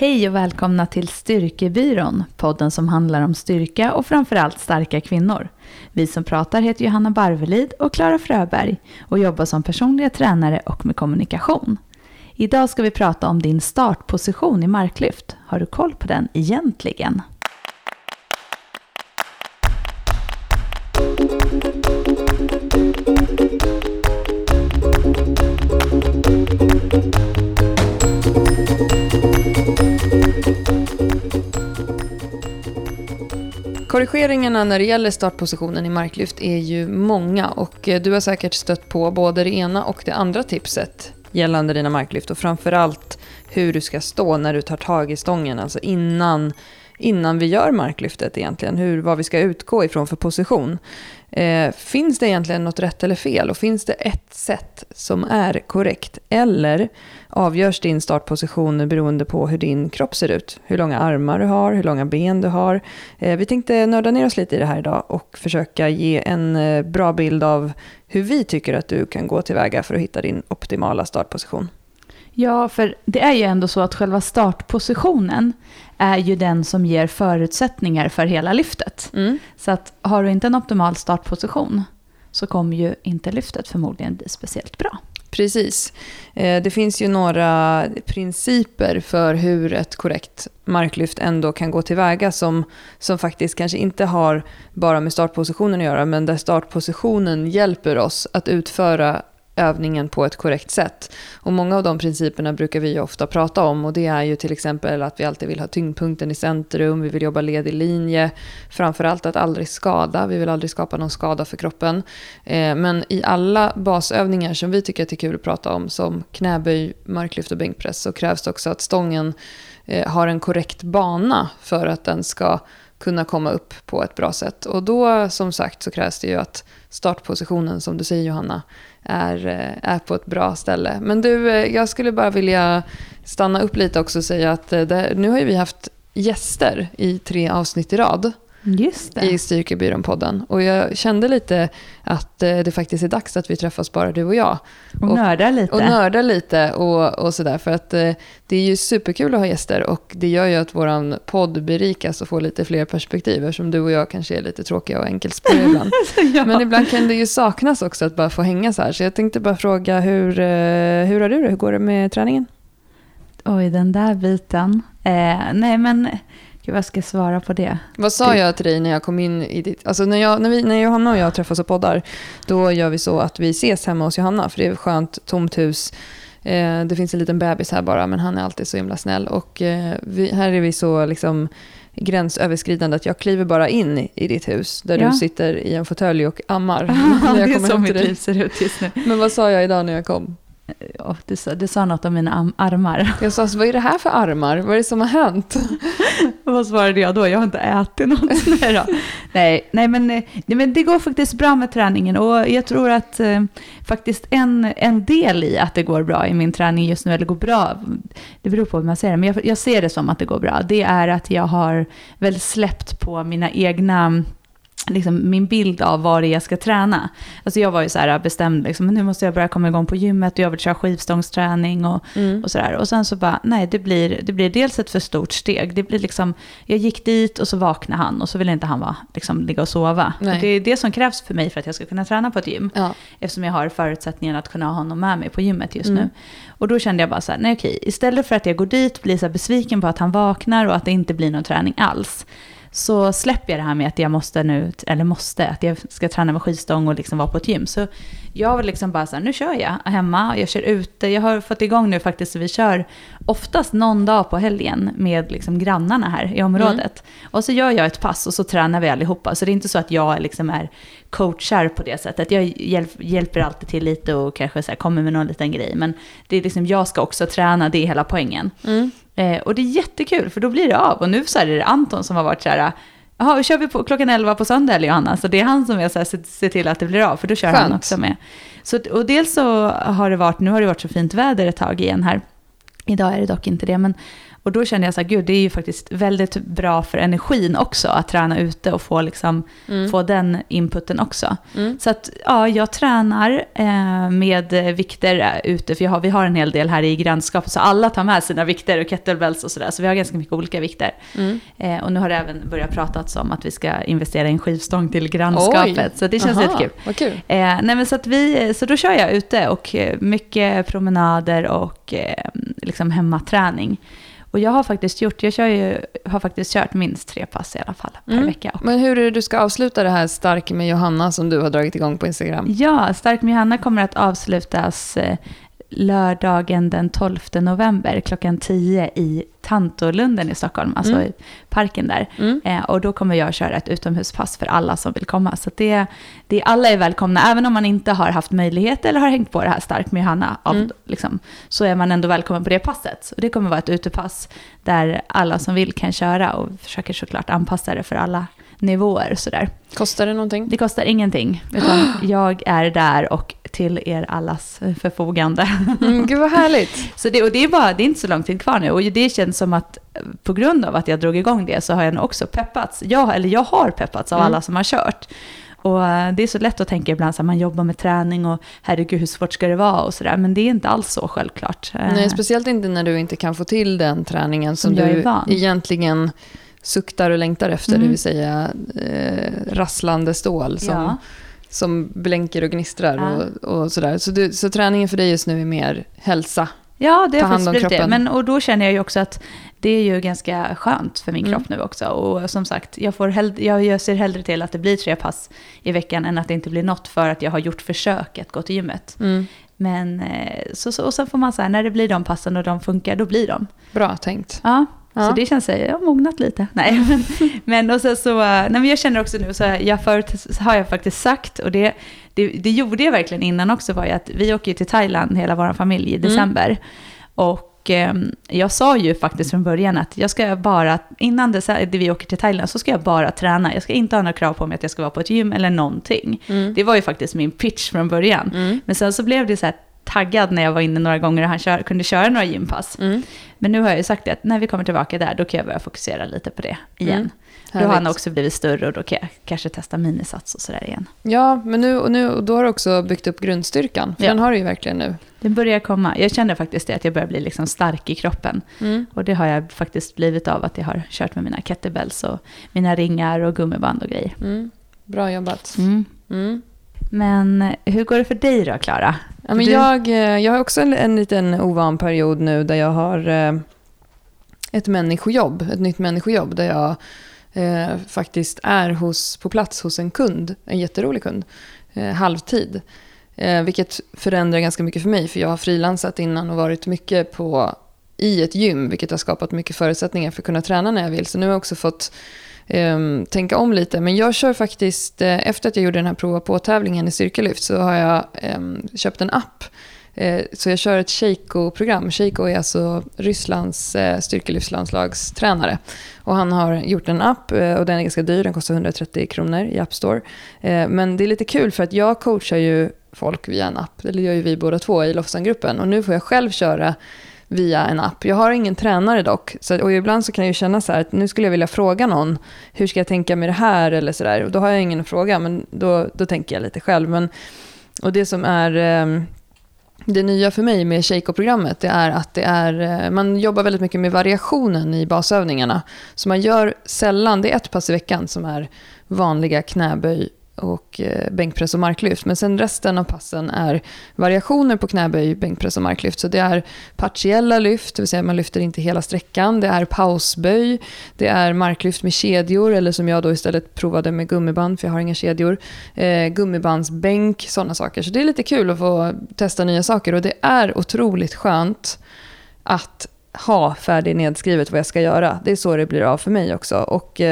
Hej och välkomna till Styrkebyrån, podden som handlar om styrka och framförallt starka kvinnor. Vi som pratar heter Johanna Barvelid och Klara Fröberg och jobbar som personliga tränare och med kommunikation. Idag ska vi prata om din startposition i marklyft. Har du koll på den egentligen? Korrigeringarna när det gäller startpositionen i marklyft är ju många och du har säkert stött på både det ena och det andra tipset gällande dina marklyft och framförallt hur du ska stå när du tar tag i stången, alltså innan vi gör marklyftet egentligen, vad vi ska utgå ifrån för position. Finns det egentligen något rätt eller fel och finns det ett sätt som är korrekt eller avgörs din startposition beroende på hur din kropp ser ut, hur långa armar du har, hur långa ben du har. Vi tänkte nörda ner oss lite i det här idag och försöka ge en bra bild av hur vi tycker att du kan gå tillväga för att hitta din optimala startposition. Ja, för det är ju ändå så att själva startpositionen är ju den som ger förutsättningar för hela lyftet. Så att har du inte en optimal startposition så kommer ju inte lyftet förmodligen bli speciellt bra. Precis. Det finns ju några principer för hur ett korrekt marklyft ändå kan gå tillväga som faktiskt kanske inte har bara med startpositionen att göra, men där startpositionen hjälper oss att utföra övningen på ett korrekt sätt. Och många av de principerna brukar vi ofta prata om, och det är ju till exempel att vi alltid vill ha tyngdpunkten i centrum, vi vill jobba ledig linje, framförallt att aldrig skada, vi vill aldrig skapa någon skada för kroppen. Men i alla basövningar som vi tycker att det är kul att prata om, som knäböj, marklyft och bänkpress, så krävs det också att stången har en korrekt bana för att den ska kunna komma upp på ett bra sätt. Och då som sagt så krävs det ju att startpositionen, som du säger Johanna, är på ett bra ställe. Men du, jag skulle bara vilja stanna upp lite också och säga att nu har ju vi haft gäster i 3 avsnitt i rad. Just det. I Styrkebyrån-podden. Och jag kände lite att det faktiskt är dags att vi träffas bara du och jag. Och nördar lite. Och nördar lite och sådär. För att det är ju superkul att ha gäster. Och det gör ju att våran podd berikas och får lite fler perspektiv. Eftersom du och jag kanske är lite tråkiga och enkelspåriga ibland. Ja. Men ibland kan det ju saknas också att bara få hänga så här. Så jag tänkte bara fråga, hur har du det? Hur går det med träningen? Oj, den där biten. Nej men... Gud, vad ska jag svara på det? Vad sa jag till dig när jag kom in i ditt... Alltså när Johanna och jag träffas och poddar, då gör vi så att vi ses hemma hos Johanna. För det är ett skönt, tomt hus. Det finns en liten bebis här bara, men han är alltid så himla snäll. Och här är vi så liksom gränsöverskridande att jag kliver bara in i ditt hus. Där du sitter i en fåtölj och ammar. Ja, det är så mitt liv ser ut just nu. Men vad sa jag idag när jag kom? Du sa något om mina armar. Jag sa, vad är det här för armar? Vad är det som har hänt? Vad svarade jag då? Jag har inte ätit något. Nej, men det går faktiskt bra med träningen. Och jag tror att faktiskt en del i att det går bra i min träning just nu, eller går bra, det beror på hur man ser det. Men jag ser det som att det går bra. Det är att jag har väl släppt på mina egna... liksom min bild av vad det är jag ska träna. Alltså jag var ju så här bestämd liksom, men nu måste jag börja komma igång på gymmet och jag vill köra skivstångsträning och så där. Och sen så bara, nej, det blir dels ett för stort steg. Det blir liksom, jag gick dit och så vaknade han och så ville inte han liksom ligga och sova. Och det är det som krävs för mig för att jag ska kunna träna på ett gym. Ja. Eftersom jag har förutsättningen att kunna ha honom med mig på gymmet just nu. Och då kände jag bara så här, nej okej, istället för att jag går dit, blir så här besviken på att han vaknar och att det inte blir någon träning alls, så släpper jag det här med att jag att jag ska träna med skivstång och liksom vara på ett gym. Så jag vill liksom bara så här, nu kör jag hemma, jag kör ute. Jag har fått igång nu faktiskt, så vi kör oftast någon dag på helgen med liksom grannarna här i området. Och så gör jag ett pass och så tränar vi allihopa. Så det är inte så att jag liksom är coachar på det sättet. Jag hjälper alltid till lite och kanske så här kommer med någon liten grej. Men det är liksom, jag ska också träna, det är hela poängen. Och det är jättekul, för då blir det av. Och nu så är det Anton som har varit så här, jaha, vi kör vi på klockan 11 på söndag, eller Johanna? Så det är han som jag ser till att det blir av, för då kör han också med. Så, och dels så har det varit, nu har det varit så fint väder ett tag igen här. Idag är det dock inte det, men Och då kände jag så här, gud, det är ju faktiskt väldigt bra för energin också att träna ute och få, liksom, få den inputen också. Så att ja, jag tränar med vikter ute, för vi har en hel del här i grannskapet, så alla tar med sina vikter och kettlebells och sådär, så vi har ganska mycket olika vikter. Och nu har det även börjat pratats om att vi ska investera i en skivstång till grannskapet. Så det känns jättekul. Vad kul. Nej, men så då kör jag ute och mycket promenader och liksom hemmaträning. Och jag har faktiskt kört minst 3 pass i alla fall per vecka. Men hur är det du ska avsluta det här Stark med Johanna som du har dragit igång på Instagram? Ja, Stark med Johanna kommer att avslutas lördagen den 12 november klockan 10 i Tantolunden i Stockholm, alltså i parken där. Och då kommer jag köra ett utomhuspass för alla som vill komma. Så alla är välkomna, även om man inte har haft möjlighet eller har hängt på det här Stark med Johanna, liksom, så är man ändå välkommen på det passet. Och det kommer vara ett utepass där alla som vill kan köra, och försöker såklart anpassa det för alla nivåer. Sådär. Kostar det någonting? Det kostar ingenting, utan jag är där och till er allas förfogande. Gud vad härligt. Så det är inte så lång tid kvar nu, och det känns som att på grund av att jag drog igång det så har jag också peppats. Jag har peppats av alla som har kört. Och det är så lätt att tänka ibland att man jobbar med träning och herregud hur svårt ska det vara och sådär, men det är inte alls så självklart. Nej, speciellt inte när du inte kan få till den träningen som du egentligen suktar och längtar efter, det vill säga rasslande stål som blänker och gnistrar och sådär. Så träningen för dig just nu är mer hälsa. Ja, det är faktiskt det. Och då känner jag ju också att det är ju ganska skönt för min kropp nu också. Och som sagt, jag ser hellre till att det blir 3 pass i veckan än att det inte blir något, för att jag har gjort försök att gå till gymmet. Men och sen får man så här, när det blir de passen och de funkar, då blir de. Bra tänkt. Ja. Så det känns, jag har mognat lite. Nej, men och men jag känner också nu, så har jag faktiskt sagt, och det gjorde jag verkligen innan också, var ju att vi åker till Thailand hela vår familj i december. Och jag sa ju faktiskt från början att jag ska bara, innan vi åker till Thailand, så ska jag bara träna. Jag ska inte ha några krav på mig att jag ska vara på ett gym eller någonting. Det var ju faktiskt min pitch från början. Men sen så blev det så här taggad när jag var inne några gånger och han kunde köra några gympass. Men nu har jag ju sagt att när vi kommer tillbaka där, då kan jag börja fokusera lite på det igen. Då har han också blivit större, och då kan jag kanske testa minisats och sådär igen. Ja, men då har du också byggt upp grundstyrkan. För den har du ju verkligen nu. Den börjar komma. Jag känner faktiskt det, att jag börjar bli liksom stark i kroppen. Och det har jag faktiskt blivit av att jag har kört med mina kettlebells och mina ringar och gummiband och grejer. Bra jobbat. Men hur går det för dig då, Klara? Ja, men jag har också en liten ovan period nu där jag har ett nytt människojobb där jag faktiskt är på plats hos en kund, en jätterolig kund, halvtid. Vilket förändrar ganska mycket för mig, för jag har frilansat innan och varit mycket i ett gym, vilket har skapat mycket förutsättningar för att kunna träna när jag vill. Så nu har jag också fått tänka om lite. Men jag kör faktiskt, efter att jag gjorde den här prova på-tävlingen i styrkelyft, så har jag köpt en app. Så jag kör ett Sheiko-program. Sheiko är alltså Rysslands styrkelyftslandslagstränare. Och han har gjort en app, och den är ganska dyr. Den kostar 130 kronor i App Store. Men det är lite kul, för att jag coachar ju folk via en app. Det gör ju vi båda två i Lofsangruppen. Och nu får jag själv köra via en app. Jag har ingen tränare dock. Och ibland så kan jag ju känna så här att nu skulle jag vilja fråga någon, hur ska jag tänka med det här eller så där. Och då har jag ingen att fråga, men då tänker jag lite själv. Och det som är det nya för mig med Sheiko-programmet, det är att man jobbar väldigt mycket med variationen i basövningarna. Så man gör sällan, det är 1 pass i veckan som är vanliga knäböj och bänkpress och marklyft. Men sen resten av passen är variationer på knäböj, bänkpress och marklyft. Så det är partiella lyft, det vill säga man lyfter inte hela sträckan. Det är pausböj, det är marklyft med kedjor, eller som jag då istället provade med gummiband, för jag har inga kedjor. Gummibandsbänk, sådana saker. Så det är lite kul att få testa nya saker, och det är otroligt skönt att ha färdigt nedskrivet vad jag ska göra. Det är så det blir av för mig också. Och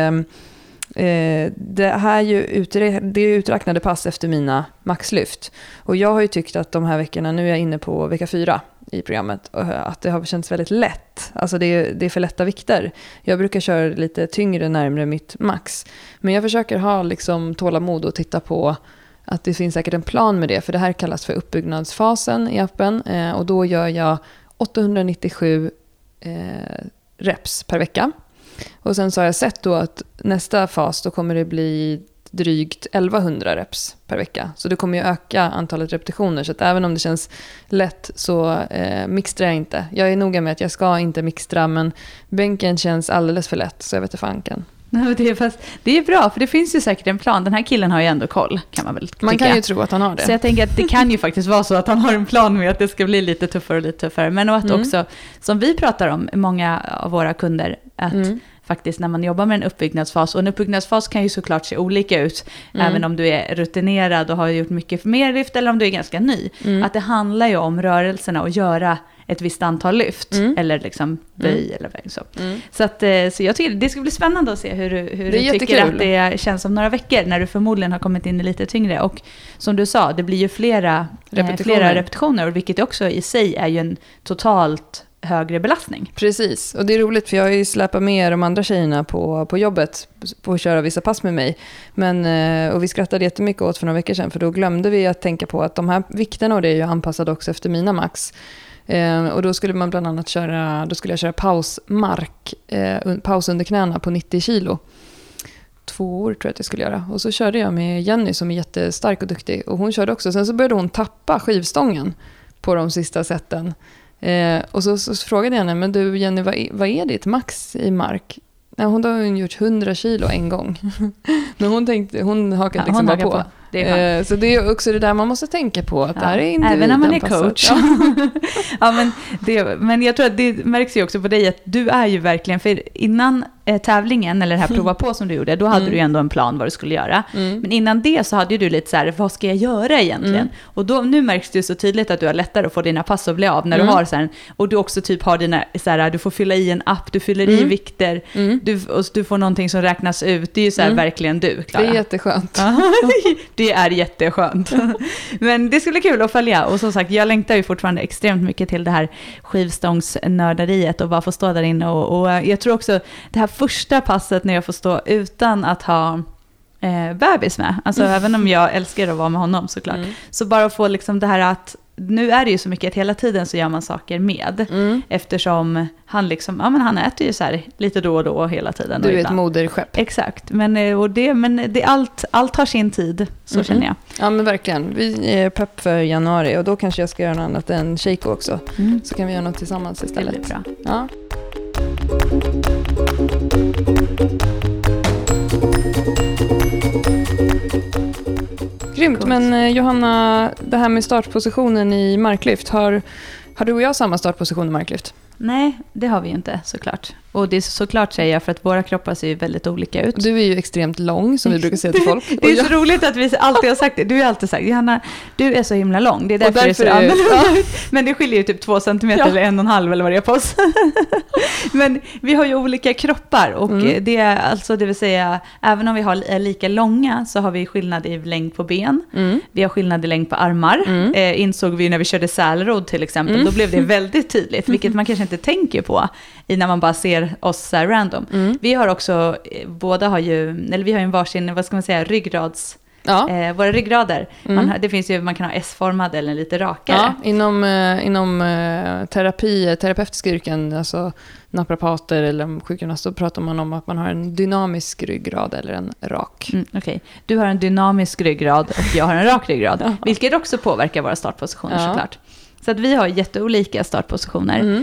det här det är uträknade pass efter mina maxlyft. Och jag har ju tyckt att de här veckorna, nu är jag inne på vecka 4 i programmet, att det har känts väldigt lätt. Alltså det är för lätta vikter. Jag brukar köra lite tyngre närmare mitt max. Men jag försöker ha liksom tålamod och titta på att det finns säkert en plan med det. För det här kallas för uppbyggnadsfasen i appen. Och då gör jag 897 reps per vecka. Och sen så har jag sett då att nästa fas då kommer det bli drygt 1100 reps per vecka. Så det kommer ju öka antalet repetitioner. Så att även om det känns lätt så mixtrar jag inte. Jag är noga med att jag ska inte mixtra, men bänken känns alldeles för lätt, så jag vet inte fanken. Nej, det är bra, för det finns ju säkert en plan. Den här killen har ju ändå koll, kan man väl tycka. Man kan ju tro att han har det. Så jag tänker att det kan ju faktiskt vara så att han har en plan med att det ska bli lite tuffare och lite tuffare. Men att också, som vi pratar om, många av våra kunder, att faktiskt när man jobbar med en uppbyggnadsfas, och en uppbyggnadsfas kan ju såklart se olika ut, även om du är rutinerad och har gjort mycket mer lyft, eller om du är ganska ny. Att det handlar ju om rörelserna och göra ett visst antal lyft, eller liksom böj eller så. Så jag tycker det ska bli spännande att se hur du tycker att det känns om några veckor, när du förmodligen har kommit in i lite tyngre. Och som du sa, det blir ju flera repetitioner, vilket också i sig är ju en totalt högre belastning. Precis, och det är roligt för jag har ju släpat med de andra tjejerna på jobbet på att köra vissa pass med mig. Och vi skrattade jättemycket åt för några veckor sedan, för då glömde vi att tänka på att de här vikterna, och det är ju anpassade också efter mina max. Och då skulle man bland annat köra pausmark, paus under knäna på 90 kilo. 2 år tror jag att jag skulle göra. Och så körde jag med Jenny som är jättestark och duktig. Och hon körde också. Sen så började hon tappa skivstången på de sista sätten. Och så frågade jag henne, men du Jenny, vad är ditt max i mark? Nej, hon har gjort 100 kilo en gång. Men hon hakade liksom bara på. Det så det är också det där man måste tänka på, att det här är individen. Även när man är coach. Men jag tror att det märks ju också på dig att du är ju verkligen, för innan tävlingen eller det här prova på som du gjorde, då hade du ju ändå en plan vad du skulle göra. Men innan det så hade ju du lite så här, vad ska jag göra egentligen? Och då, nu märks det ju så tydligt att du har lättare att få dina pass att bli av när du har så här, och du också typ har dina så här, du får fylla i en app, du fyller i vikter, du får någonting som räknas ut. Det är ju så här verkligen du, Clara. Det är jätteskönt. Det är jätteskönt. Men det skulle bli kul att följa. Och som sagt, jag längtar ju fortfarande extremt mycket till det här skivstångsnörderiet och bara få stå där inne. Och jag tror också det här första passet när jag får stå utan att ha bebis med. Alltså även om jag älskar att vara med honom såklart. Så bara få liksom det här att nu är det ju så mycket att hela tiden så gör man saker med. Eftersom han liksom, ja men han äter ju så här lite då och då hela tiden. Du är ett moderskepp. Exakt, men allt har sin tid, så känner jag. Ja men verkligen, vi är pepp för januari och då kanske jag ska göra något annat än shake också. Så kan vi göra något tillsammans istället. Det är bra. Ja. Grymt, men Johanna, det här med startpositionen i marklyft, har du och jag samma startposition i marklyft? Nej, det har vi ju inte såklart. Och det är såklart, säger jag, för att våra kroppar ser ju väldigt olika ut. Du är ju extremt lång, som vi brukar säga till folk. Det är så roligt att vi alltid har sagt det. Du har alltid sagt, Johanna, du är så himla lång. Det är därför det är så annorlunda ut. Men det skiljer ju typ 2 centimeter eller 1,5 eller vad det är på oss. Men vi har ju olika kroppar. Och det är alltså, det vill säga, även om vi är lika långa så har vi skillnad i längd på ben. Vi har skillnad i längd på armar. Insåg vi när vi körde sälrodd till exempel. Då blev det väldigt tydligt, vilket man kanske inte tänker på när man bara ser oss så här random. Vi har också, vi har ju en varsin, vad ska man säga, ryggrads... våra ryggrader. Det finns ju, man kan ha S-formad eller lite rakare. Ja, inom terapeutiska yrken, alltså naprapater eller sjukgymnast, då pratar man om att man har en dynamisk ryggrad eller en rak. Okej. Du har en dynamisk ryggrad och jag har en rak ryggrad, vilket också påverkar våra startpositioner såklart. Så att vi har jätteolika startpositioner.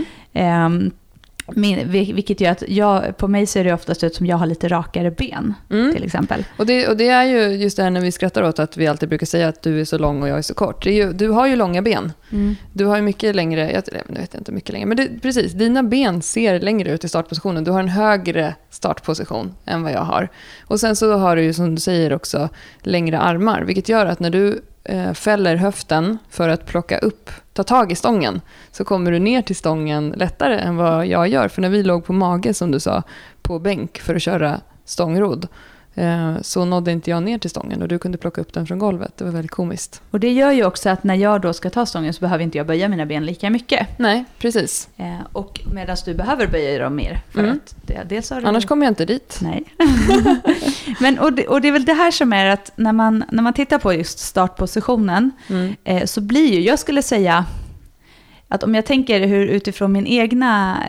Vilket gör att på mig ser det oftast ut som jag har lite rakare ben till exempel. Och det är ju just det här när vi skrattar åt att vi alltid brukar säga att du är så lång och jag är så kort. Du har ju långa ben. Du har ju mycket längre, jag vet inte mycket längre, men precis, dina ben ser längre ut i startpositionen. Du har en högre startposition än vad jag har. Och sen så har du ju, som du säger, också längre armar, vilket gör att när du fäller höften för att ta tag i stången, så kommer du ner till stången lättare än vad jag gör. För när vi låg på mage, som du sa, på bänk för att köra stångrodd, så nådde inte jag ner till stången och du kunde plocka upp den från golvet. Det var väldigt komiskt. Och det gör ju också att när jag då ska ta stången så behöver inte jag böja mina ben lika mycket. Nej, precis. Och medan du behöver böja dem mer. För att dels har du... Annars kommer jag inte dit. Nej. Men, och det är väl det här som är att när man tittar på just startpositionen så blir ju, jag skulle säga, att om jag tänker hur utifrån min egna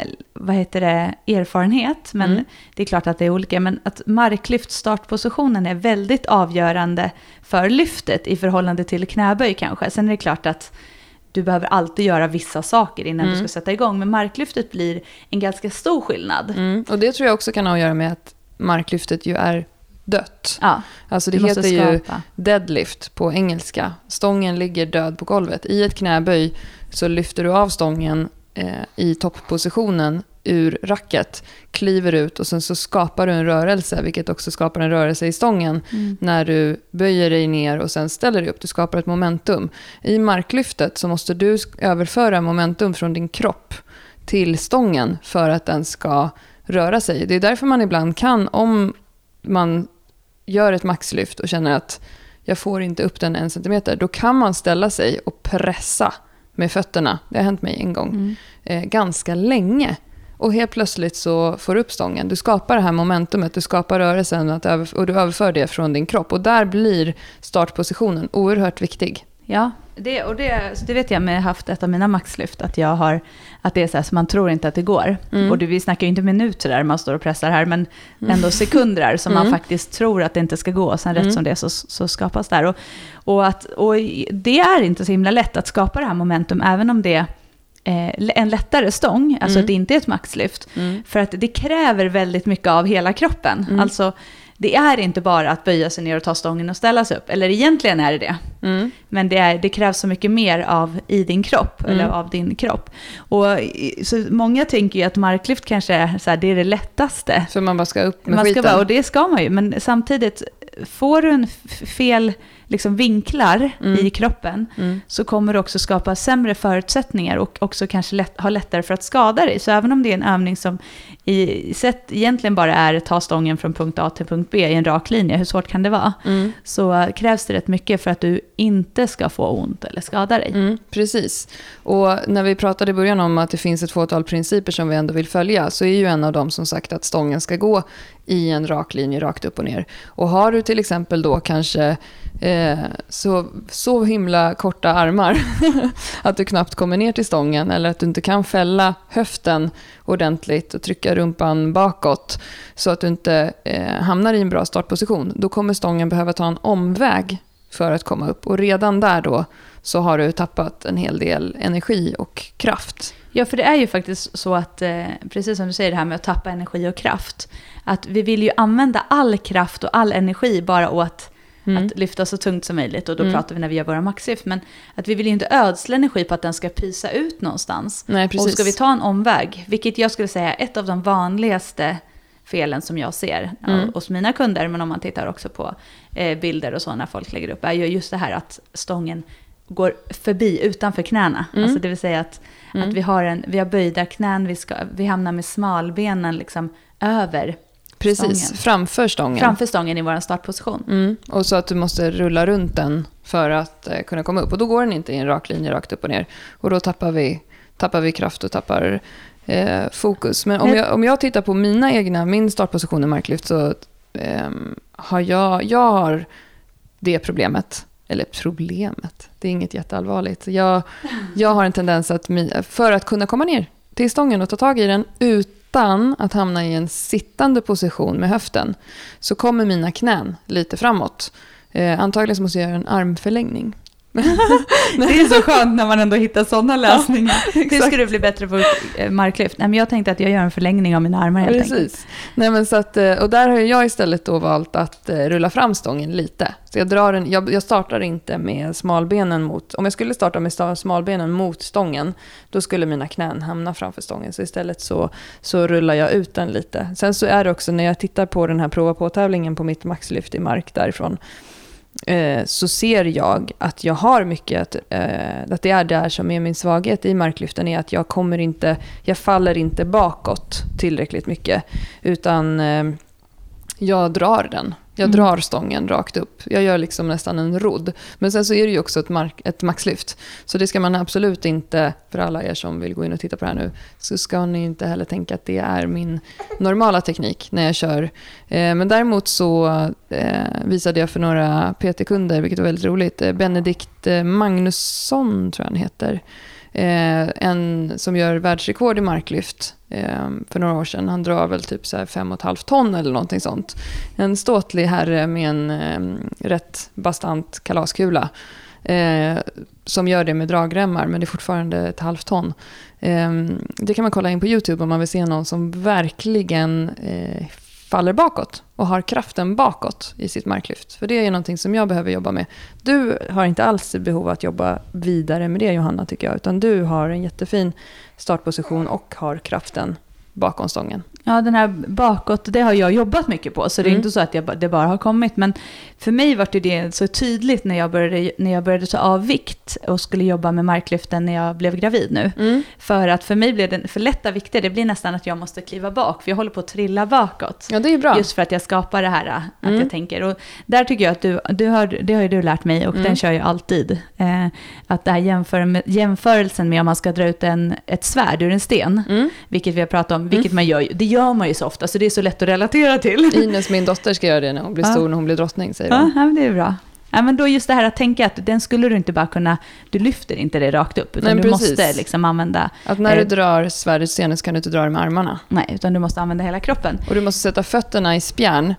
erfarenhet, men det är klart att det är olika, men att marklyft startpositionen är väldigt avgörande för lyftet i förhållande till knäböj kanske. Sen är det klart att du behöver alltid göra vissa saker innan du ska sätta igång, men marklyftet blir en ganska stor skillnad. Och det tror jag också kan ha att göra med att marklyftet ju är dött. Ja, alltså det heter ju deadlift på engelska. Stången ligger död på golvet. I ett knäböj så lyfter du av stången i topppositionen ur racket, kliver ut och sen så skapar du en rörelse, vilket också skapar en rörelse i stången när du böjer dig ner och sen ställer dig upp. Du skapar ett momentum. I marklyftet så måste du överföra momentum från din kropp till stången för att den ska röra sig. Det är därför man ibland kan, om man gör ett maxlyft och känner att jag får inte upp den 1 centimeter, då kan man ställa sig och pressa med fötterna. Det har hänt mig en gång. Ganska länge. Och helt plötsligt så får du upp stången. Du skapar det här momentumet, du skapar rörelsen och du överför det från din kropp. Och där blir startpositionen oerhört viktig. Ja, det vet jag med haft ett av mina maxlyft, att det är så här så man tror inte att det går. Och vi snackar ju inte minuter där man står och pressar här, men ändå sekunder som man faktiskt tror att det inte ska gå. Sen rätt som det så skapas där. Och det är inte så himla lätt att skapa det här momentum, även om det är en lättare stång, alltså att det inte är ett maxlyft. För att det kräver väldigt mycket av hela kroppen. Alltså det är inte bara att böja sig ner och ta stången och ställa sig upp. Eller egentligen är det. Men det krävs så mycket mer i din kropp. Eller av din kropp. Och så många tänker ju att marklyft kanske är så här, det är det lättaste. För man bara ska upp med skiten. Och det ska man ju. Men samtidigt, får du en fel liksom vinklar i kroppen så kommer du också skapa sämre förutsättningar och också kanske ha lättare för att skada dig. Så även om det är en övning som egentligen bara är att ta stången från punkt A till punkt B i en rak linje, hur svårt kan det vara? Så krävs det rätt mycket för att du inte ska få ont eller skada dig. Precis. Och när vi pratade i början om att det finns ett fåtal principer som vi ändå vill följa, så är ju en av dem som sagt att stången ska gå i en rak linje rakt upp och ner. Och har du till exempel då kanske så himla korta armar att du knappt kommer ner till stången, eller att du inte kan fälla höften ordentligt och trycka rumpan bakåt så att du inte hamnar i en bra startposition, då kommer stången behöva ta en omväg för att komma upp. Och redan där då så har du tappat en hel del energi och kraft. Ja, för det är ju faktiskt så att, precis som du säger det här med att tappa energi och kraft, att vi vill ju använda all kraft och all energi bara åt att lyfta så tungt som möjligt. Och då pratar vi när vi gör våra maxlyft. Men att vi vill ju inte ödsla energi på att den ska pysa ut någonstans. Nej, precis. Och ska vi ta en omväg, vilket jag skulle säga är ett av de vanligaste felen som jag ser hos mina kunder, men om man tittar också på bilder och så när folk lägger upp, är ju just det här att stången går förbi utanför knäna. Alltså det vill säga att vi har böjda knän, vi hamnar med smalbenen liksom över precis, stången. Framför stången i vår startposition. Och så att du måste rulla runt den för att kunna komma upp. Och då går den inte i en rak linje rakt upp och ner. Och då tappar vi kraft och tappar fokus. Men om jag tittar på min startposition i marklyft, så har jag har det problemet. Eller problemet, det är inget jätteallvarligt. Jag har en tendens att för att kunna komma ner till stången och ta tag i den utan att hamna i en sittande position med höften, så kommer mina knän lite framåt. Antagligen så måste jag göra en armförlängning. Det är så skönt när man ändå hittar sådana lösningar. Hur ska du bli bättre på marklyft? Nej, men jag tänkte att jag gör en förlängning av mina armar helt enkelt. Nej, men så att, och där har jag istället då valt att rulla fram stången lite. Så jag startar inte med smalbenen mot... Om jag skulle starta med smalbenen mot stången, då skulle mina knän hamna framför stången. Så istället så rullar jag ut den lite. Sen så är det också, när jag tittar på den här prova på-tävlingen på mitt maxlyft i mark därifrån, så ser jag att jag har mycket att det är där som är min svaghet i marklyften, är att jag faller inte bakåt tillräckligt mycket, utan jag drar den. Jag drar stången rakt upp. Jag gör liksom nästan en rodd. Men sen så är det ju också ett maxlyft. Så det ska man absolut inte, för alla er som vill gå in och titta på det här nu, så ska ni inte heller tänka att det är min normala teknik när jag kör. Men däremot så visade jag för några PT-kunder, vilket var väldigt roligt. Benedikt Magnusson tror jag han heter. En som gör världsrekord i marklyft för några år sedan. Han drar väl typ så här 5,5 ton eller någonting sånt. En ståtlig herre med en rätt bastant kalaskula. Som gör det med dragremmar, men det är fortfarande ett halvt ton. Det kan man kolla in på YouTube om man vill se någon som verkligen faller bakåt och har kraften bakåt i sitt marklyft. För det är ju någonting som jag behöver jobba med. Du har inte alls behov att jobba vidare med det, Johanna, tycker jag. Utan du har en jättefin startposition och har kraften bakom stången. Ja, den här bakåt, det har jag jobbat mycket på. Så det är inte så att det bara har kommit. Men för mig var det så tydligt när jag började ta av vikt och skulle jobba med marklyften när jag blev gravid nu. För att för mig blev det för lätta vikter. Det blir nästan att jag måste kliva bak. För jag håller på att trilla bakåt. Ja, det är bra. Just för att jag skapar det här. Att jag tänker. Och där tycker jag att det har ju du lärt mig. Och den kör jag alltid. Att det här jämförelsen med om man ska dra ut ett svärd ur en sten. Vilket vi har pratat om. Vilket man gör. Det gör man ju så ofta, så det är så lätt att relatera till. Ines, min dotter, ska göra det när hon blir stor, när hon blir drottning, säger hon. Ja, men det är bra. Ja, men då just det här att tänka att den skulle du inte bara kunna, du lyfter inte det rakt upp, utan du måste liksom använda... Att när du drar svärdet stenen så kan du inte dra det med armarna. Nej, utan du måste använda hela kroppen. Och du måste sätta fötterna i spjärn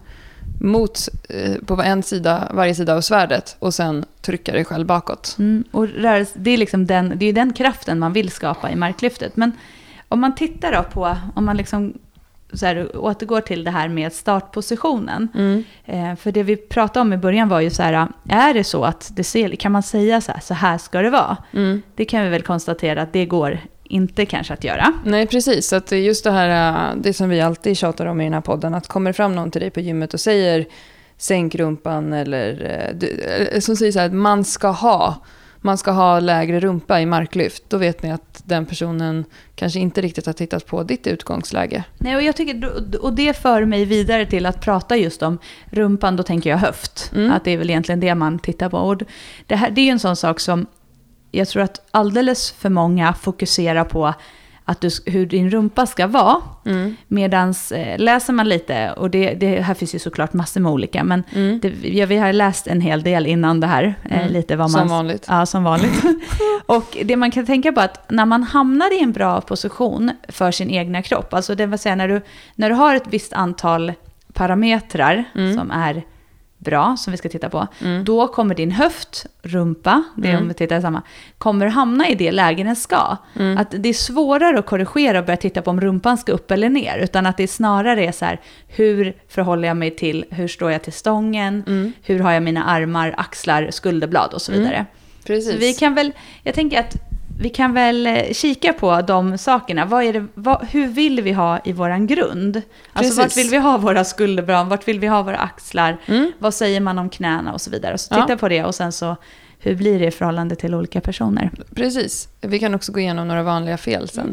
på varje sida av svärdet och sen trycka dig själv bakåt. Och det är liksom den kraften man vill skapa i marklyftet. Men om man tittar då på, om man liksom så här, återgår till det här med startpositionen. För det vi pratade om i början var ju så här, är det så att kan man säga så här ska det vara? Det kan vi väl konstatera att det går inte kanske att göra. Nej, precis. Så att just det här, det som vi alltid tjatar om i den här podden, att kommer fram någon till dig på gymmet och säger sänk rumpan eller som säger så här, att man ska ha lägre rumpa i marklyft, då vet ni att den personen kanske inte riktigt har tittat på ditt utgångsläge. Nej, och jag tycker, och det för mig vidare till att prata just om rumpan, då tänker jag höft. Att det är väl egentligen det man tittar på. Och det är ju en sån sak som jag tror att alldeles för många fokuserar på att hur din rumpa ska vara. Medans läser man lite, och det här finns ju såklart massor med olika, men vi har läst en hel del innan det här. Lite vad man, som vanligt. Ja, som vanligt. Och det man kan tänka på att när man hamnar i en bra position för sin egna kropp, alltså det vill säga när du har ett visst antal parametrar som är bra, som vi ska titta på, då kommer din höft, rumpa, det om vi tittar samma, kommer hamna i det läge den ska. Att det är svårare att korrigera och börja titta på om rumpan ska upp eller ner, utan att det snarare är så här, hur förhåller jag mig till, hur står jag till stången, hur har jag mina armar, axlar, skulderblad och så vidare. Precis. Så vi kan väl, jag tänker att vi kan väl kika på de sakerna. Hur vill vi ha i våran grund? Alltså vart vill vi ha våra skulderblad? Vart vill vi ha våra axlar? Vad säger man om knäna och så vidare? Så titta på det, och sen så hur blir det i förhållande till olika personer? Precis. Vi kan också gå igenom några vanliga fel sen.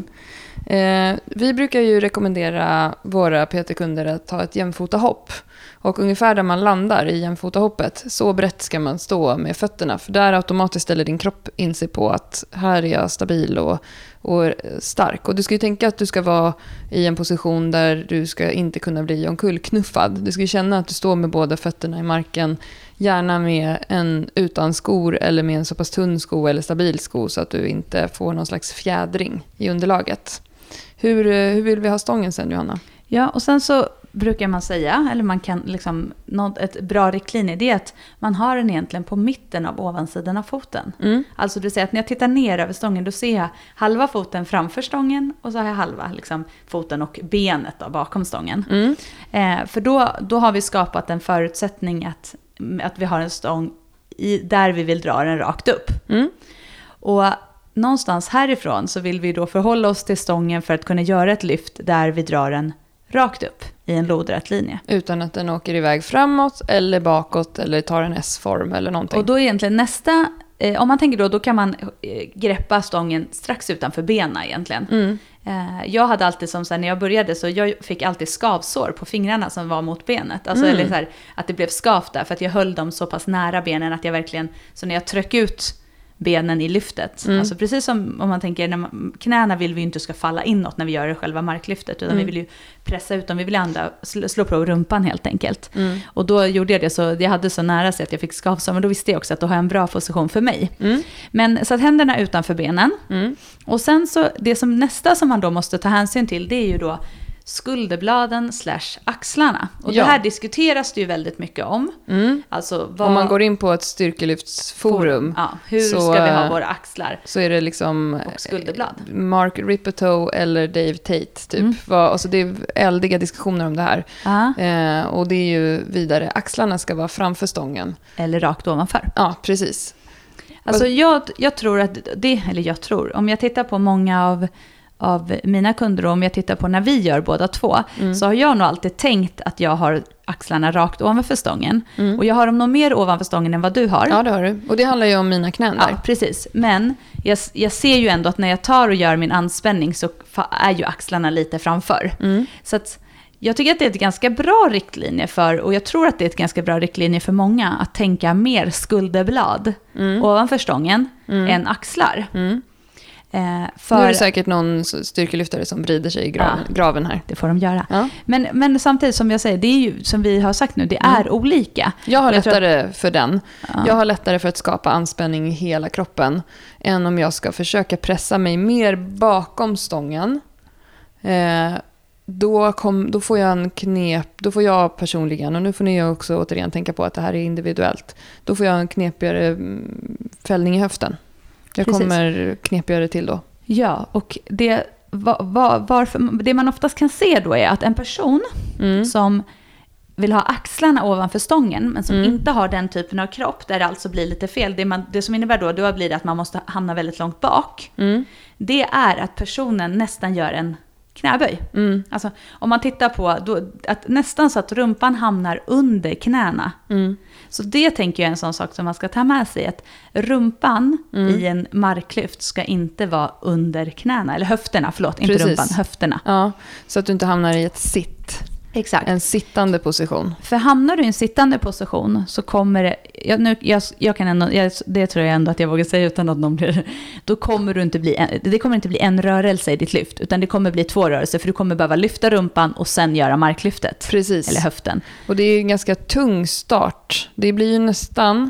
Vi brukar ju rekommendera våra PT-kunder att ta ett jämfotahopp. Och ungefär där man landar i jämfotahoppet, så brett ska man stå med fötterna. För där automatiskt ställer din kropp in sig på att här är jag stabil och stark. Och du ska ju tänka att du ska vara i en position där du ska inte kunna bli omkullknuffad. Du ska ju känna att du står med båda fötterna i marken. Gärna med en utan skor eller med en så pass tunn sko eller stabil sko, så att du inte får någon slags fjädring i underlaget. Hur vill vi ha stången sen, Johanna? Ja, och sen så brukar man säga, eller man kan liksom, ett bra riktlinje, det är att man har den egentligen på mitten av ovansidan av foten. Alltså du säger att när jag tittar ner över stången, då ser jag halva foten framför stången, och så har jag halva liksom, foten och benet då, bakom stången. För då har vi skapat en förutsättning att vi har en stång där vi vill dra den rakt upp. Och någonstans härifrån så vill vi då förhålla oss till stången för att kunna göra ett lyft där vi drar den rakt upp i en lodrät linje. Utan att den åker iväg framåt eller bakåt eller tar en S-form eller någonting. Och då är egentligen nästa, om man tänker då kan man greppa stången strax utanför benen egentligen. Jag hade alltid som så här, när jag började, så jag fick alltid skavsår på fingrarna som var mot benet. Alltså eller så här, att det blev skavt där, för att jag höll dem så pass nära benen att jag verkligen, så när jag tryck ut benen i lyftet. Alltså precis som om man tänker, knäna vill vi inte ska falla inåt när vi gör själva marklyftet, utan vi vill ju pressa ut dem, vi vill slå på rumpan helt enkelt. Och då gjorde jag det, så jag hade så nära sig att jag fick skavsår, men då visste jag också att då har jag en bra position för mig. Men så att händerna utanför benen. Och sen så, det som nästa som man då måste ta hänsyn till, det är ju då skulderbladen / axlarna. Och det här diskuteras det ju väldigt mycket om. Alltså om man går in på ett styrkelyftsforum. Hur ska vi ha våra axlar? Så är det liksom och skulderblad. Mark Rippetoe eller Dave Tate typ. Alltså det är eldiga diskussioner om det här. Och det är ju vidare. Axlarna ska vara framför stången. Eller rakt ovanför. Ja, precis. Alltså jag tror att om jag tittar på många av mina kunder, och om jag tittar på när vi gör båda två, så har jag nog alltid tänkt att jag har axlarna rakt ovanför stången. Och jag har dem nog mer ovanför stången än vad du har. Ja, det har du. Och det handlar ju om mina knän där. Ja, precis. Men jag ser ju ändå att när jag tar och gör min anspänning så är ju axlarna lite framför. Så att jag tycker att det är ett ganska bra riktlinje och jag tror att det är ett ganska bra riktlinje för många att tänka mer skulderblad ovanför stången än axlar. Nu är det säkert någon styrkelyftare som vrider sig i graven här. Det får de göra. Ja. Men samtidigt som jag säger, det är ju som vi har sagt nu, det är olika. Jag har lättare för den. Jag har lättare för att skapa anspänning i hela kroppen än om jag ska försöka pressa mig mer bakom stången. Då får jag en knep, då får jag personligen, och nu får ni också återigen tänka på att det här är individuellt, då får jag en knepigare fällning i höften. Jag kommer knepigare till då. Ja, och det man oftast kan se då är att en person som vill ha axlarna ovanför stången, men som inte har den typen av kropp, där det alltså blir lite fel. Det som innebär då blir det att man måste hamna väldigt långt bak. Det är att personen nästan gör en knäböj. Alltså, om man tittar på att nästan så att rumpan hamnar under knäna. Så det tänker jag är en sån sak som man ska ta med sig, att rumpan i en marklyft ska inte vara under knäna, eller höfterna, inte rumpan, höfterna. Ja, så att du inte hamnar i ett sitt. Exakt. En sittande position. För hamnar du i en sittande position så kommer det, det tror jag ändå att jag vågar säga utan att någon blir, då kommer det kommer inte bli en rörelse i ditt lyft, utan det kommer bli 2 rörelser, för du kommer behöva lyfta rumpan och sen göra marklyftet. Precis. Eller höften. Och det är en ganska tung start. Det blir ju nästan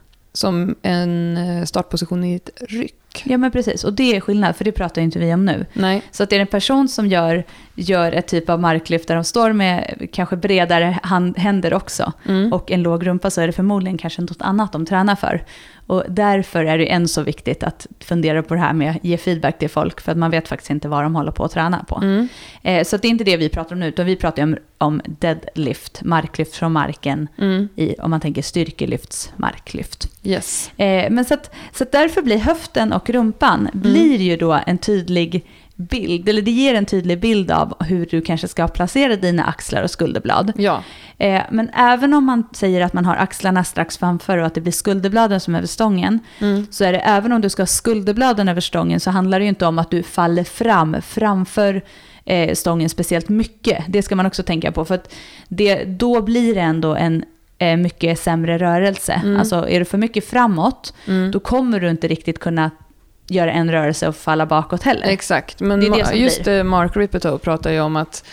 som en startposition i ett ryck. Ja, men precis. Och det är skillnad, för det pratar inte vi om nu. Nej. Så att det är en person som gör ett typ av marklyft där de står med kanske bredare händer också. Och en låg rumpa, så är det förmodligen kanske något annat de tränar för. Och därför är det än så viktigt att fundera på det här med att ge feedback till folk, för att man vet faktiskt inte vad de håller på att träna på. Så att det är inte det vi pratar om nu, utan vi pratar om deadlift, marklyft från marken, om man tänker styrkelyfts marklyft. Yes. Men så att därför blir höften och rumpan blir ju då en tydlig bild, eller det ger en tydlig bild av hur du kanske ska placera dina axlar och skulderblad. Ja. Men även om man säger att man har axlarna strax framför och att det blir skulderbladen som är över stången, så är det, även om du ska ha skulderbladen över stången, så handlar det ju inte om att du faller framför stången speciellt mycket. Det ska man också tänka på, för att då blir det ändå en mycket sämre rörelse. Alltså är du för mycket framåt, då kommer du inte riktigt kunna göra en rörelse och falla bakåt heller. Exakt, men det Mark Rippetoe pratar ju om att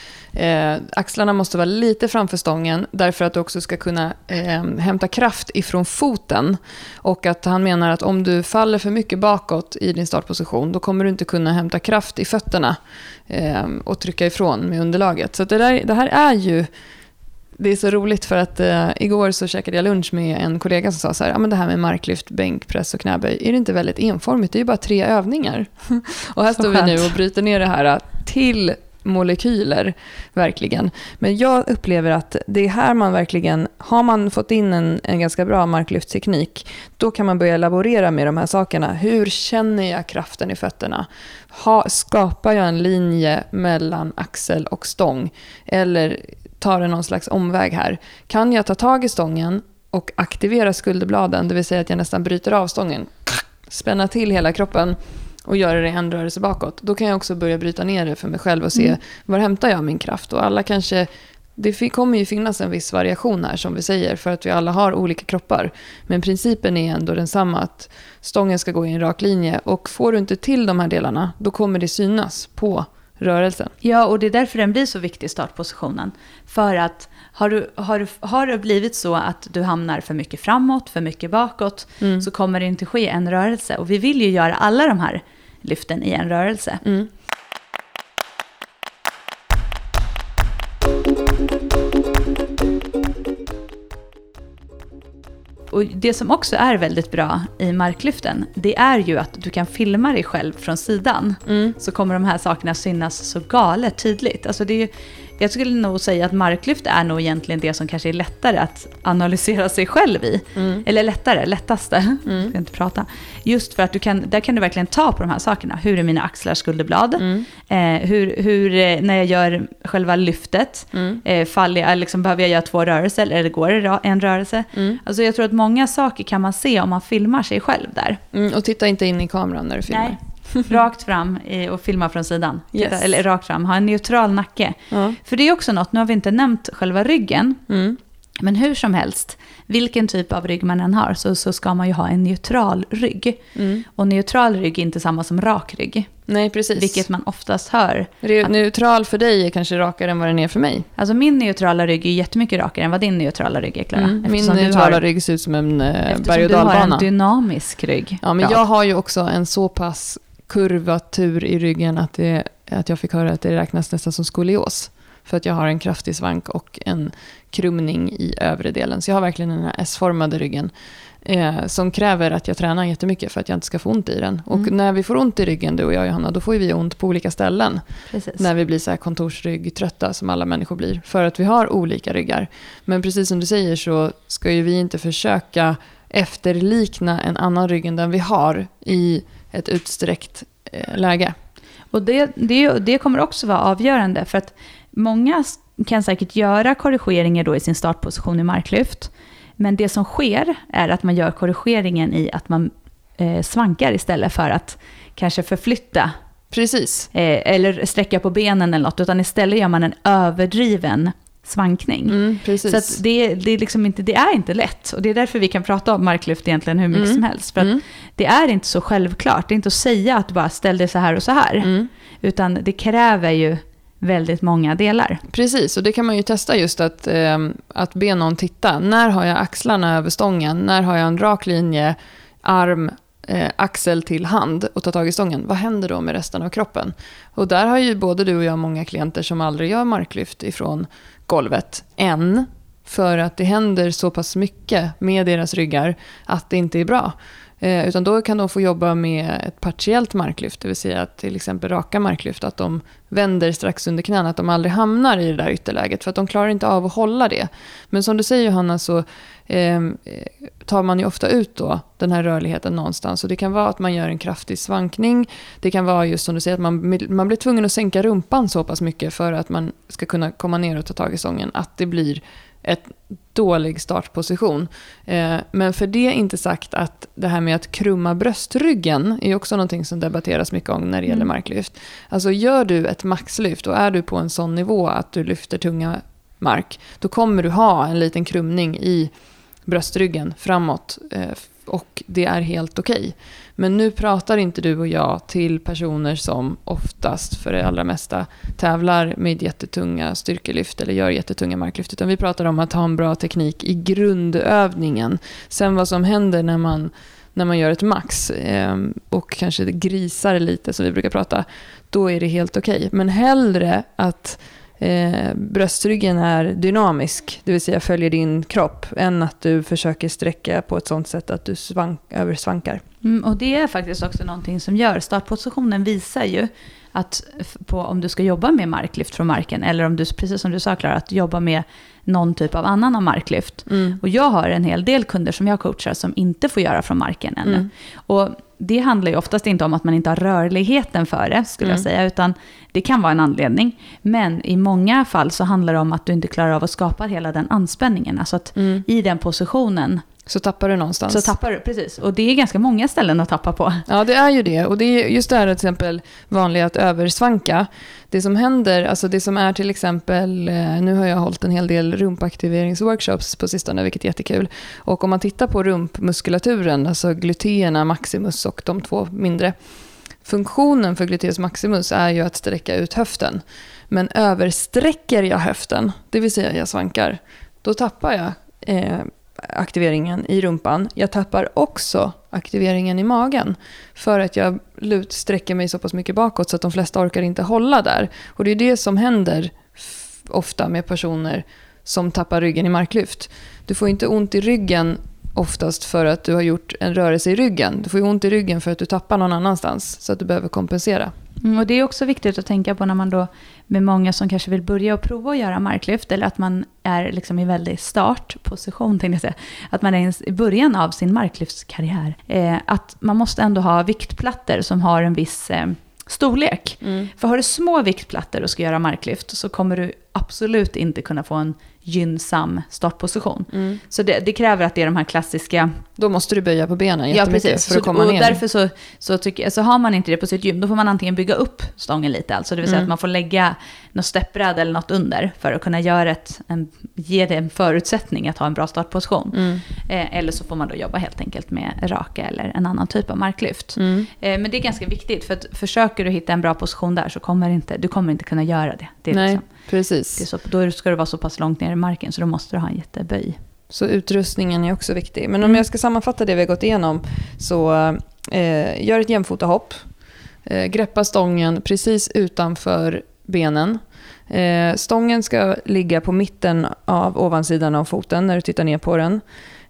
axlarna måste vara lite framför stången, därför att du också ska kunna hämta kraft ifrån foten, och att han menar att om du faller för mycket bakåt i din startposition, då kommer du inte kunna hämta kraft i fötterna och trycka ifrån med underlaget. Så det här är ju, det är så roligt, för att igår så käkade jag lunch med en kollega som sa så här: men det här med marklyft, bänkpress och knäböj, är det inte väldigt enformigt? Det är ju bara 3 övningar. Och här står vi nu och bryter ner det här till molekyler, verkligen. Men jag upplever att det är här man verkligen, har man fått in en ganska bra marklyftteknik, då kan man börja laborera med de här sakerna. Hur känner jag kraften i fötterna? Skapar jag en linje mellan axel och stång? Eller tar det någon slags omväg här? Kan jag ta tag i stången och aktivera skulderbladen, det vill säga att jag nästan bryter av stången, spänna till hela kroppen och göra det en rörelse bakåt? Då kan jag också börja bryta ner det för mig själv och se var hämtar jag min kraft. Och alla kanske det kommer ju finnas en viss variation här som vi säger, för att vi alla har olika kroppar. Men principen är ändå densamma, att stången ska gå i en rak linje, och får du inte till de här delarna, då kommer det synas på rörelsen. Ja, och det är därför den blir så viktig i startpositionen. För att har det blivit så att du hamnar för mycket framåt, för mycket bakåt, så kommer det inte ske en rörelse. Och vi vill ju göra alla de här lyften i en rörelse. Och det som också är väldigt bra i marklyften, det är ju att du kan filma dig själv från sidan. Så kommer de här sakerna synas så galet tydligt. Alltså det är ju, jag skulle nog säga att marklyft är nog egentligen det som kanske är lättare att analysera sig själv i. Eller lättaste. Jag ska inte prata. Just för att där kan du verkligen ta på de här sakerna. Hur är mina axlar, skulderblad? Hur när jag gör själva lyftet, behöver jag göra 2 rörelser eller går det en rörelse? Alltså jag tror att många saker kan man se om man filmar sig själv där. Och titta inte in i kameran när du filmar. Nej. Rakt fram och filma från sidan. Yes. Eller rakt fram, ha en neutral nacke. För det är också något, nu har vi inte nämnt själva ryggen. Men hur som helst, vilken typ av rygg man än har, så ska man ju ha en neutral rygg. Och neutral rygg är inte samma som rak rygg. Nej, precis. Vilket man oftast hör. Neutral för dig är kanske rakare än vad den är för mig. Alltså min neutrala rygg är jättemycket rakare än vad din neutrala rygg är, Clara. Min neutrala rygg ser ut som en berg- och dalbana. Du har en dynamisk rygg. Ja, men jag har ju också en så pass kurvatur i ryggen att jag fick höra att det räknas nästan som skolios. För att jag har en kraftig svank och en krumning i övre delen. Så jag har verkligen den här S-formade ryggen. Som kräver att jag tränar jättemycket för att jag inte ska få ont i den. Och när vi får ont i ryggen, du och jag, Johanna, då får vi ont på olika ställen. Precis. När vi blir så här kontorsryggtrötta som alla människor blir. För att vi har olika ryggar. Men precis som du säger så ska ju vi inte försöka efterlikna en annan rygg än den vi har i ett utsträckt läge. Och det kommer också vara avgörande, för att många kan säkert göra korrigeringar då i sin startposition i marklyft. Men det som sker är att man gör korrigeringen i att man svankar istället för att kanske förflytta. Precis. Eller sträcka på benen eller något, utan istället gör man en överdriven svankning. Precis. Så att det är inte lätt, och det är därför vi kan prata om marklyft egentligen hur mycket som helst, för att det är inte så självklart. Det är inte att säga att bara ställ dig så här och så här, utan det kräver ju väldigt många delar. Precis, och det kan man ju testa just att be någon titta. När har jag axlarna över stången? När har jag en rak linje, arm, axel till hand och ta tag i stången? Vad händer då med resten av kroppen? Och där har ju både du och jag många klienter som aldrig gör marklyft ifrån golvet än, för att det händer så pass mycket med deras ryggar att det inte är bra. Utan då kan de få jobba med ett partiellt marklyft, det vill säga att till exempel raka marklyft, att de vänder strax under knäna, att de aldrig hamnar i det där ytterläget, för att de klarar inte av att hålla det. Men som du säger, Johanna, så tar man ju ofta ut då den här rörligheten någonstans, och det kan vara att man gör en kraftig svankning, det kan vara just som du säger att man blir tvungen att sänka rumpan så pass mycket för att man ska kunna komma ner och ta tag i stången, att det blir ett dålig startposition. Men för det är inte sagt att det här med att krumma bröstryggen är också någonting som debatteras mycket om när det gäller marklyft. Alltså gör du ett maxlyft och är du på en sån nivå att du lyfter tunga mark, då kommer du ha en liten krumning i bröstryggen framåt, och det är helt okej. Men nu pratar inte du och jag till personer som oftast för det allra mesta tävlar med jättetunga styrkelyft eller gör jättetunga marklyft, utan vi pratar om att ha en bra teknik i grundövningen. Sen vad som händer när man gör ett max och kanske grisar lite, som vi brukar prata, då är det helt okej. Men hellre att bröstryggen är dynamisk, det vill säga följer din kropp, än att du försöker sträcka på ett sånt sätt att du översvankar. Och det är faktiskt också någonting som gör, startpositionen visar ju att om du ska jobba med marklyft från marken, eller om du, precis som du sa, Clara, att jobba med någon typ av annan av marklyft. Och jag har en hel del kunder som jag coachar som inte får göra från marken ännu. Och det handlar ju oftast inte om att man inte har rörligheten för det, skulle jag säga, utan det kan vara en anledning. Men i många fall så handlar det om att du inte klarar av att skapa hela den anspänningen. Alltså att i den positionen så tappar du någonstans. Så tappar du, precis. Och det är ganska många ställen att tappa på. Ja, det är ju det. Och det är just det här till exempel vanligt att översvanka. Det som händer, alltså det som är till exempel, nu har jag hållit en hel del rumpaktiveringsworkshops på sistone, vilket är jättekul. Och om man tittar på rumpmuskulaturen, alltså gluteerna maximus och de 2 mindre, funktionen för gluteus maximus är ju att sträcka ut höften. Men översträcker jag höften, det vill säga jag svankar, då tappar jag aktiveringen i rumpan. Jag tappar också aktiveringen i magen för att jag sträcker mig så pass mycket bakåt så att de flesta orkar inte hålla där. Och det är det som händer ofta med personer som tappar ryggen i marklyft. Du får inte ont i ryggen oftast för att du har gjort en rörelse i ryggen. Du får ju ont i ryggen för att du tappar någon annanstans så att du behöver kompensera. Och det är också viktigt att tänka på när man då med många som kanske vill börja och prova att göra marklyft, eller att man är liksom i väldigt startposition, tänkte jag säga, att man är i början av sin marklyftskarriär, att man måste ändå ha viktplattor som har en viss storlek. För har du små viktplattor och ska göra marklyft så kommer du absolut inte kunna få en gynnsam startposition. Så det kräver att det är de här klassiska... Då måste du böja på benen jättemycket för att komma ner. Och därför så har man inte det på sitt gym, då får man antingen bygga upp stången lite, alltså det vill säga att man får lägga något steppbräd eller något under för att kunna göra ge det en förutsättning att ha en bra startposition. Eller så får man då jobba helt enkelt med raka eller en annan typ av marklyft. Men det är ganska viktigt, för att försöker du hitta en bra position där så kommer du kommer inte kunna göra det. Det är Nej, liksom, precis. det är så, då ska du vara så pass långt ner i marken så då måste du ha en jätteböj. Så utrustningen är också viktig. Men om jag ska sammanfatta det vi har gått igenom, så gör ett jämfotahopp. Greppa stången precis utanför benen. Stången ska ligga på mitten av ovansidan av foten när du tittar ner på den.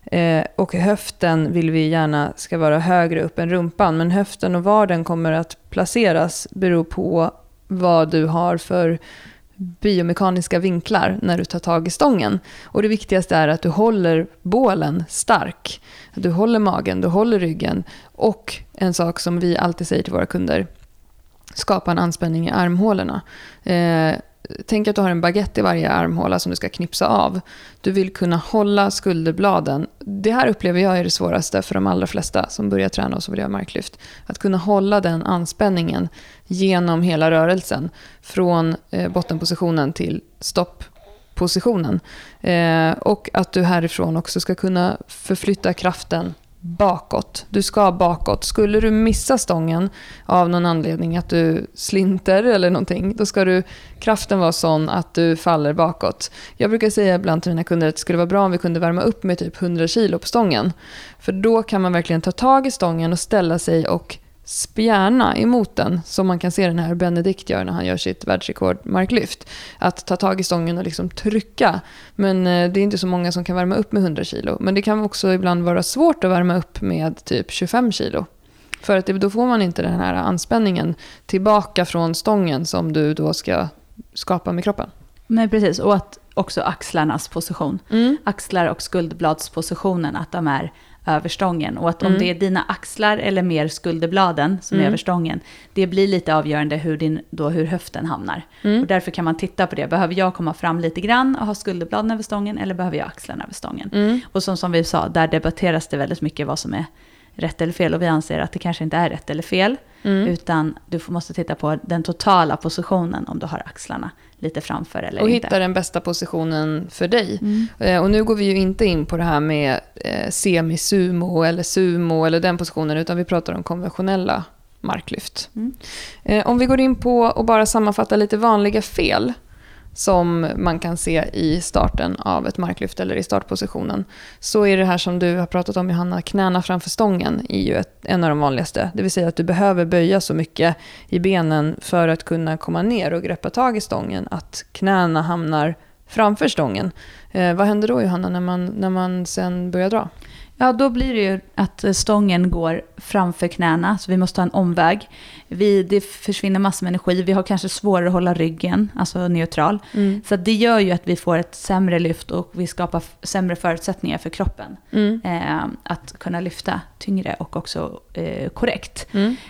Och höften vill vi gärna ska vara högre upp än rumpan. Men höften och var den kommer att placeras beror på vad du har för biomekaniska vinklar när du tar tag i stången. Och det viktigaste är att du håller bålen stark. Att du håller magen, du håller ryggen. Och en sak som vi alltid säger till våra kunder, skapa en anspänning i armhålorna. Tänk att du har en baguette i varje armhåla som du ska knipsa av. Du vill kunna hålla skulderbladen. Det här upplever jag är det svåraste för de allra flesta som börjar träna och som vill göra marklyft. Att kunna hålla den anspänningen genom hela rörelsen. Från bottenpositionen till stopppositionen. Och att du härifrån också ska kunna förflytta kraften bakåt. Du ska bakåt. Skulle du missa stången av någon anledning, att du slinter eller någonting, då ska kraften vara sån att du faller bakåt. Jag brukar säga ibland till mina kunder att det skulle vara bra om vi kunde värma upp med typ 100 kilo på stången. För då kan man verkligen ta tag i stången och ställa sig och spjärna emot den, som man kan se den här Benedikt gör när han gör sitt världsrekord marklyft. Att ta tag i stången och liksom trycka. Men det är inte så många som kan värma upp med 100 kilo. Men det kan också ibland vara svårt att värma upp med typ 25 kilo. För att då får man inte den här anspänningen tillbaka från stången som du då ska skapa med kroppen. Nej, precis. Och att också axlarnas position. Axlar och skuldbladspositionen, att de är över stången. Och att om det är dina axlar eller mer skulderbladen som är över stången, det blir lite avgörande hur höften hamnar. Och därför kan man titta på det. Behöver jag komma fram lite grann och ha skulderbladen över stången, eller behöver jag axlarna över stången? Och som vi sa, där debatteras det väldigt mycket vad som är rätt eller fel. Och vi anser att det kanske inte är rätt eller fel, utan du måste titta på den totala positionen om du har axlarna lite framför eller och inte. hitta den bästa positionen för dig. Och nu går vi ju inte in på det här med semi-sumo eller den positionen, utan vi pratar om konventionella marklyft. Om vi går in på och bara sammanfatta lite vanliga fel som man kan se i starten av ett marklyft eller i startpositionen, så är det här som du har pratat om, Johanna, knäna framför stången är ju en av de vanligaste. Det vill säga att du behöver böja så mycket i benen för att kunna komma ner och greppa tag i stången att knäna hamnar framför stången. Vad händer då, Johanna, när man sen börjar dra? Ja, då blir det ju att stången går framför knäna, så vi måste ta en omväg. Det försvinner massor med energi, vi har kanske svårare att hålla ryggen, alltså neutral. Så det gör ju att vi får ett sämre lyft och vi skapar sämre förutsättningar för kroppen att kunna lyfta tyngre och också korrekt.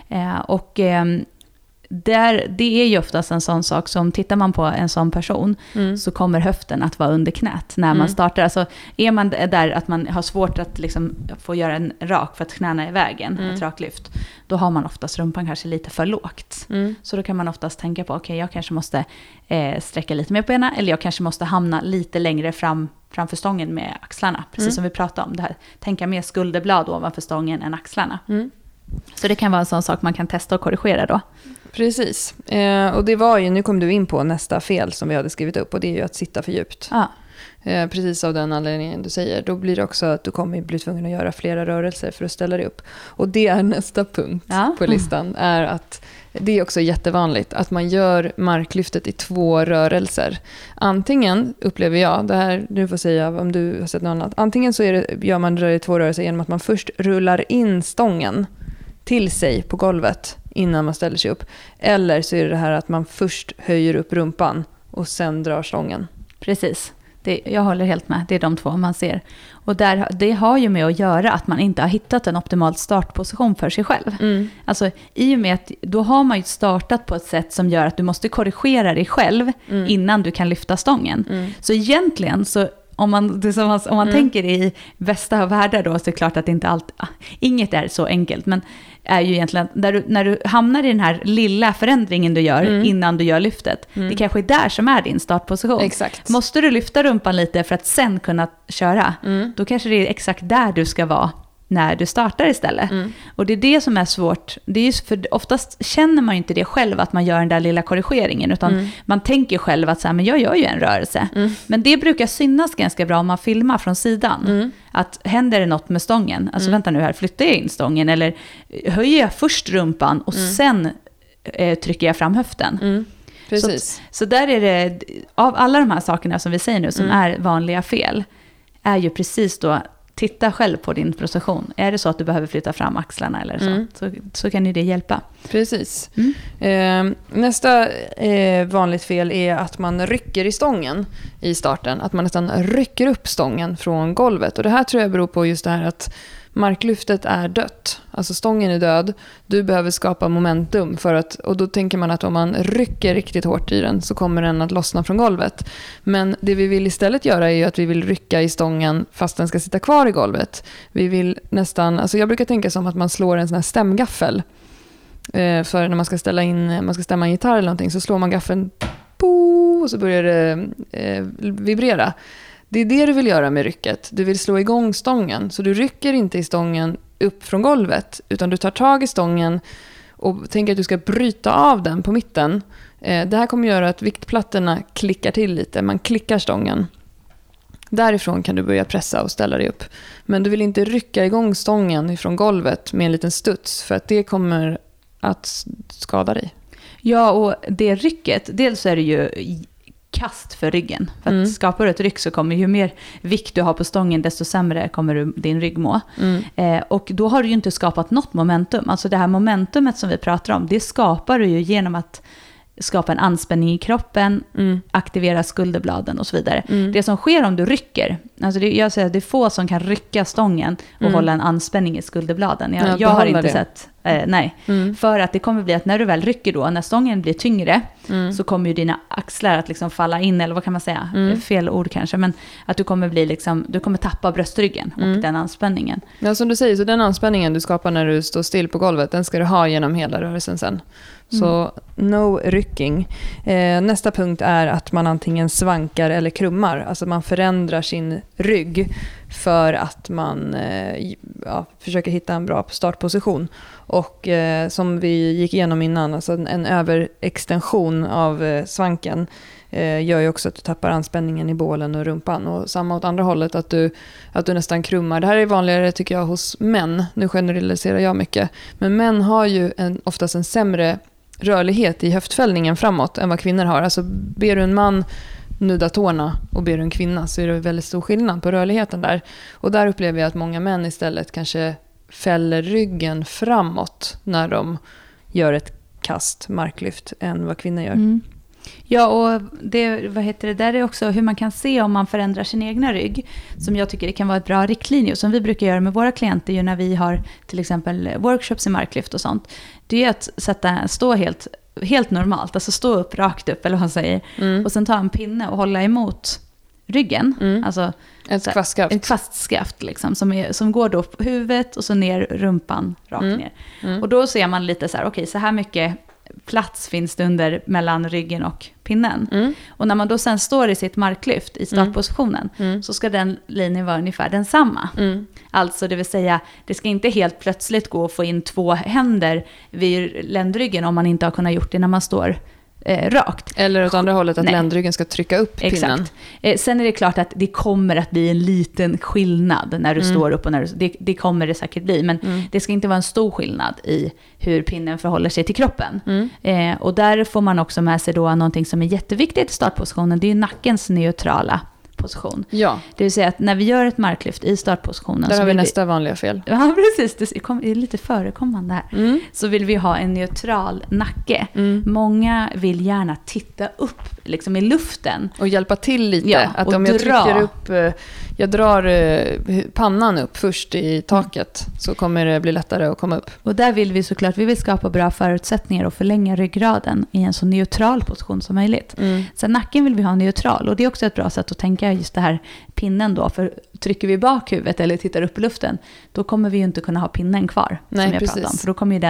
Det är ju oftast en sån sak som, tittar man på en sån person så kommer höften att vara under knät när man startar. Alltså är man där att man har svårt att liksom få göra en rak för att knäna är i vägen, ett raklyft, då har man oftast rumpan kanske lite för lågt. Så då kan man oftast tänka på, okej, jag kanske måste sträcka lite mer på benen, eller jag kanske måste hamna lite längre framför stången med axlarna, precis som vi pratade om det här. Tänka mer skulderblad ovanför stången än axlarna. Så det kan vara en sån sak man kan testa och korrigera då. Precis. Och det var ju, nu kom du in på nästa fel som vi hade skrivit upp, och det är ju att sitta för djupt. Precis av den anledningen du säger. Då blir det också att du kommer bli tvungen att göra flera rörelser för att ställa dig upp. Och det är nästa punkt på listan. Är att det är också jättevanligt att man gör marklyftet i 2 rörelser. Antingen upplever jag, det här du får säga om du har sett något annat. Antingen så gör man det i 2 rörelser genom att man först rullar in stången till sig på golvet innan man ställer sig upp. Eller så är det här att man först höjer upp rumpan och sen drar stången. Precis. Jag håller helt med. Det är de 2 man ser. Och det har ju med att göra att man inte har hittat en optimal startposition för sig själv. Alltså i och med att då har man ju startat på ett sätt som gör att du måste korrigera dig själv innan du kan lyfta stången. Så egentligen så om man tänker i bästa av världar då, så är det klart att inget är så enkelt, men är ju egentligen när du hamnar i den här lilla förändringen du gör innan du gör lyftet, det kanske är där som är din startposition. Exakt. Måste du lyfta rumpan lite för att sen kunna köra, då kanske det är exakt där du ska vara när du startar istället. Och det är det som är svårt. Det är just för oftast känner man ju inte det själv, att man gör den där lilla korrigeringen, utan man tänker själv att så här, men jag gör ju en rörelse. Men det brukar synas ganska bra om man filmar från sidan. Att händer det något med stången, alltså vänta nu här, flyttar jag in stången, eller höjer jag först rumpan och sen trycker jag fram höften. Precis. Så där är det, av alla de här sakerna som vi säger nu som är vanliga fel, är ju precis då, titta själv på din position. Är det så att du behöver flytta fram axlarna eller så kan ju det hjälpa. Precis. Nästa vanligt fel är att man rycker i stången i starten. Att man nästan rycker upp stången från golvet. Och det här tror jag beror på just det här att marklyftet är dött. Alltså stången är död. Du behöver skapa momentum och då tänker man att om man rycker riktigt hårt i den så kommer den att lossna från golvet. Men det vi vill istället göra är ju att vi vill rycka i stången fast den ska sitta kvar i golvet. Vi vill nästan, alltså jag brukar tänka som att man slår en sån här stämgaffel. För när man ska stämma en gitarr eller någonting, så slår man gaffeln och så börjar det vibrera. Det är det du vill göra med rycket. Du vill slå igång stången. Så du rycker inte i stången upp från golvet, utan du tar tag i stången och tänker att du ska bryta av den på mitten. Det här kommer göra att viktplattorna klickar till lite. Man klickar stången. Därifrån kan du börja pressa och ställa dig upp. Men du vill inte rycka igång stången från golvet med en liten studs, för att det kommer att skada dig. Ja, och det rycket, dels är det ju kast för ryggen. För att skapar du ett ryck så kommer ju mer vikt du har på stången, desto sämre kommer din rygg må. Och då har du ju inte skapat något momentum. Alltså det här momentumet som vi pratar om, det skapar du ju genom att skapa en anspänning i kroppen, aktivera skulderbladen och så vidare. Det som sker om du rycker, alltså jag säger att det är få som kan rycka stången och hålla en anspänning i skulderbladen. Jag har inte sett, för att det kommer bli att när du väl rycker då, när stången blir tyngre, så kommer ju dina axlar att liksom falla in, eller vad kan man säga, fel ord kanske, men att du kommer bli liksom, du kommer tappa bröstryggen och den anspänningen. Ja, som du säger, så den anspänningen du skapar när du står still på golvet, den ska du ha genom hela rörelsen sen. Så no rycking. Nästa punkt är att man antingen svankar eller krummar. Alltså man förändrar sin rygg för att man försöker hitta en bra startposition. Och som vi gick igenom innan, alltså en överextension av svanken gör ju också att du tappar anspänningen i bålen och rumpan. Och samma åt andra hållet, att du nästan krummar. Det här är vanligare tycker jag hos män. Nu generaliserar jag mycket. Men män har ju oftast en sämre rörlighet i höftfällningen framåt än vad kvinnor har. Alltså ber du en man nudda tårna och ber en kvinna, så är det väldigt stor skillnad på rörligheten där. Och där upplever jag att många män istället kanske fäller ryggen framåt när de gör ett kast, marklyft, än vad kvinnor gör. Ja, och det, där är också hur man kan se om man förändrar sin egna rygg, som jag tycker det kan vara ett bra riktlinje, och som vi brukar göra med våra klienter ju när vi har till exempel workshops i marklyft och sånt. Det är att stå helt normalt, alltså stå upp rakt upp eller vad man säger, och sen ta en pinne och hålla emot ryggen, alltså ett kvastskaft liksom, som går då på huvudet och så ner rumpan rakt ner. Och då ser man lite så här, okej, så här mycket plats finns det mellan ryggen och pinnen. Och när man då sen står i sitt marklyft i startpositionen, så ska den linjen vara ungefär densamma. Alltså det vill säga, det ska inte helt plötsligt gå att få in 2 händer vid ländryggen om man inte har kunnat gjort det när man står rakt. Eller åt andra hållet, att ländryggen ska trycka upp pinnen. Exakt. Sen är det klart att det kommer att bli en liten skillnad när du står upp och när det kommer det säkert bli, men det ska inte vara en stor skillnad i hur pinnen förhåller sig till kroppen. Och där får man också med sig då någonting som är jätteviktigt i startpositionen, det är ju nackens neutrala position. Ja. Det vill säga att när vi gör ett marklyft i startpositionen, där har vi nästa vanliga fel. Ja, precis. Det är lite förekommande här. Så vill vi ha en neutral nacke. Många vill gärna titta upp liksom i luften. Och hjälpa till lite. Ja, att om jag trycker upp, jag drar pannan upp först i taket, så kommer det bli lättare att komma upp. Och där vill vi vill skapa bra förutsättningar och förlänga ryggraden i en så neutral position som möjligt. Så nacken vill vi ha neutral, och det är också ett bra sätt att tänka just det här pinnen då, för trycker vi bak huvudet eller tittar upp i luften, då kommer vi ju inte kunna ha pinnen kvar. Nej, som jag pratade om, för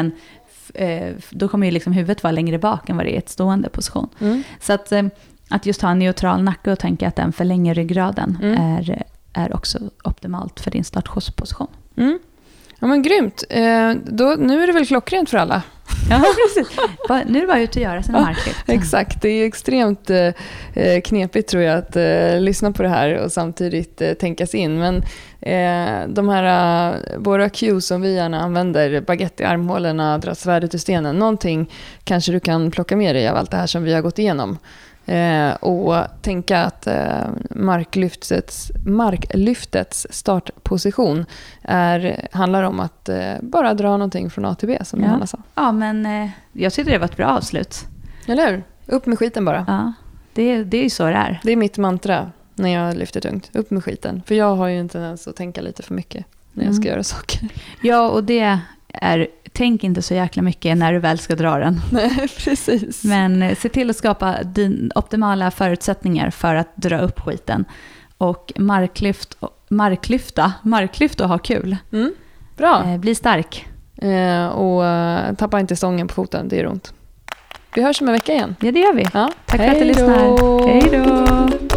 då kommer ju liksom huvudet vara längre bak än vad det är i ett stående position. Så att just ha en neutral nacke och tänka att den förlänger ryggraden är också optimalt för din startposition. Ja, men grymt. Nu är det väl klockrent för alla. Ja, precis. Nu är det bara ut att göra sina marklyft. Exakt, det är extremt knepigt tror jag att lyssna på det här och samtidigt tänka sig in. Men de här våra cues som vi gärna använder, baguette i armhålorna, dra svärdet ur stenen, någonting kanske du kan plocka med dig av allt det här som vi har gått igenom. Och tänka att marklyftets startposition handlar om att bara dra någonting från A till B, som Johanna sa. Ja, men jag tyckte det var ett bra avslut. Eller hur? Upp med skiten bara. Ja, det är ju så det är. Det är mitt mantra när jag lyfter tungt. Upp med skiten. För jag har ju inte ens att tänka lite för mycket när jag ska göra saker. Ja, och det är... Tänk inte så jäkla mycket när du väl ska dra den. Nej, precis. Men se till att skapa optimala förutsättningar för att dra upp skiten. Och marklyfta och ha kul. Bra. Bli stark. Och tappa inte stången på foten, det är ont. Vi hörs om en vecka igen. Ja, det gör vi. Ja. Tack för att du lyssnar. Hej då.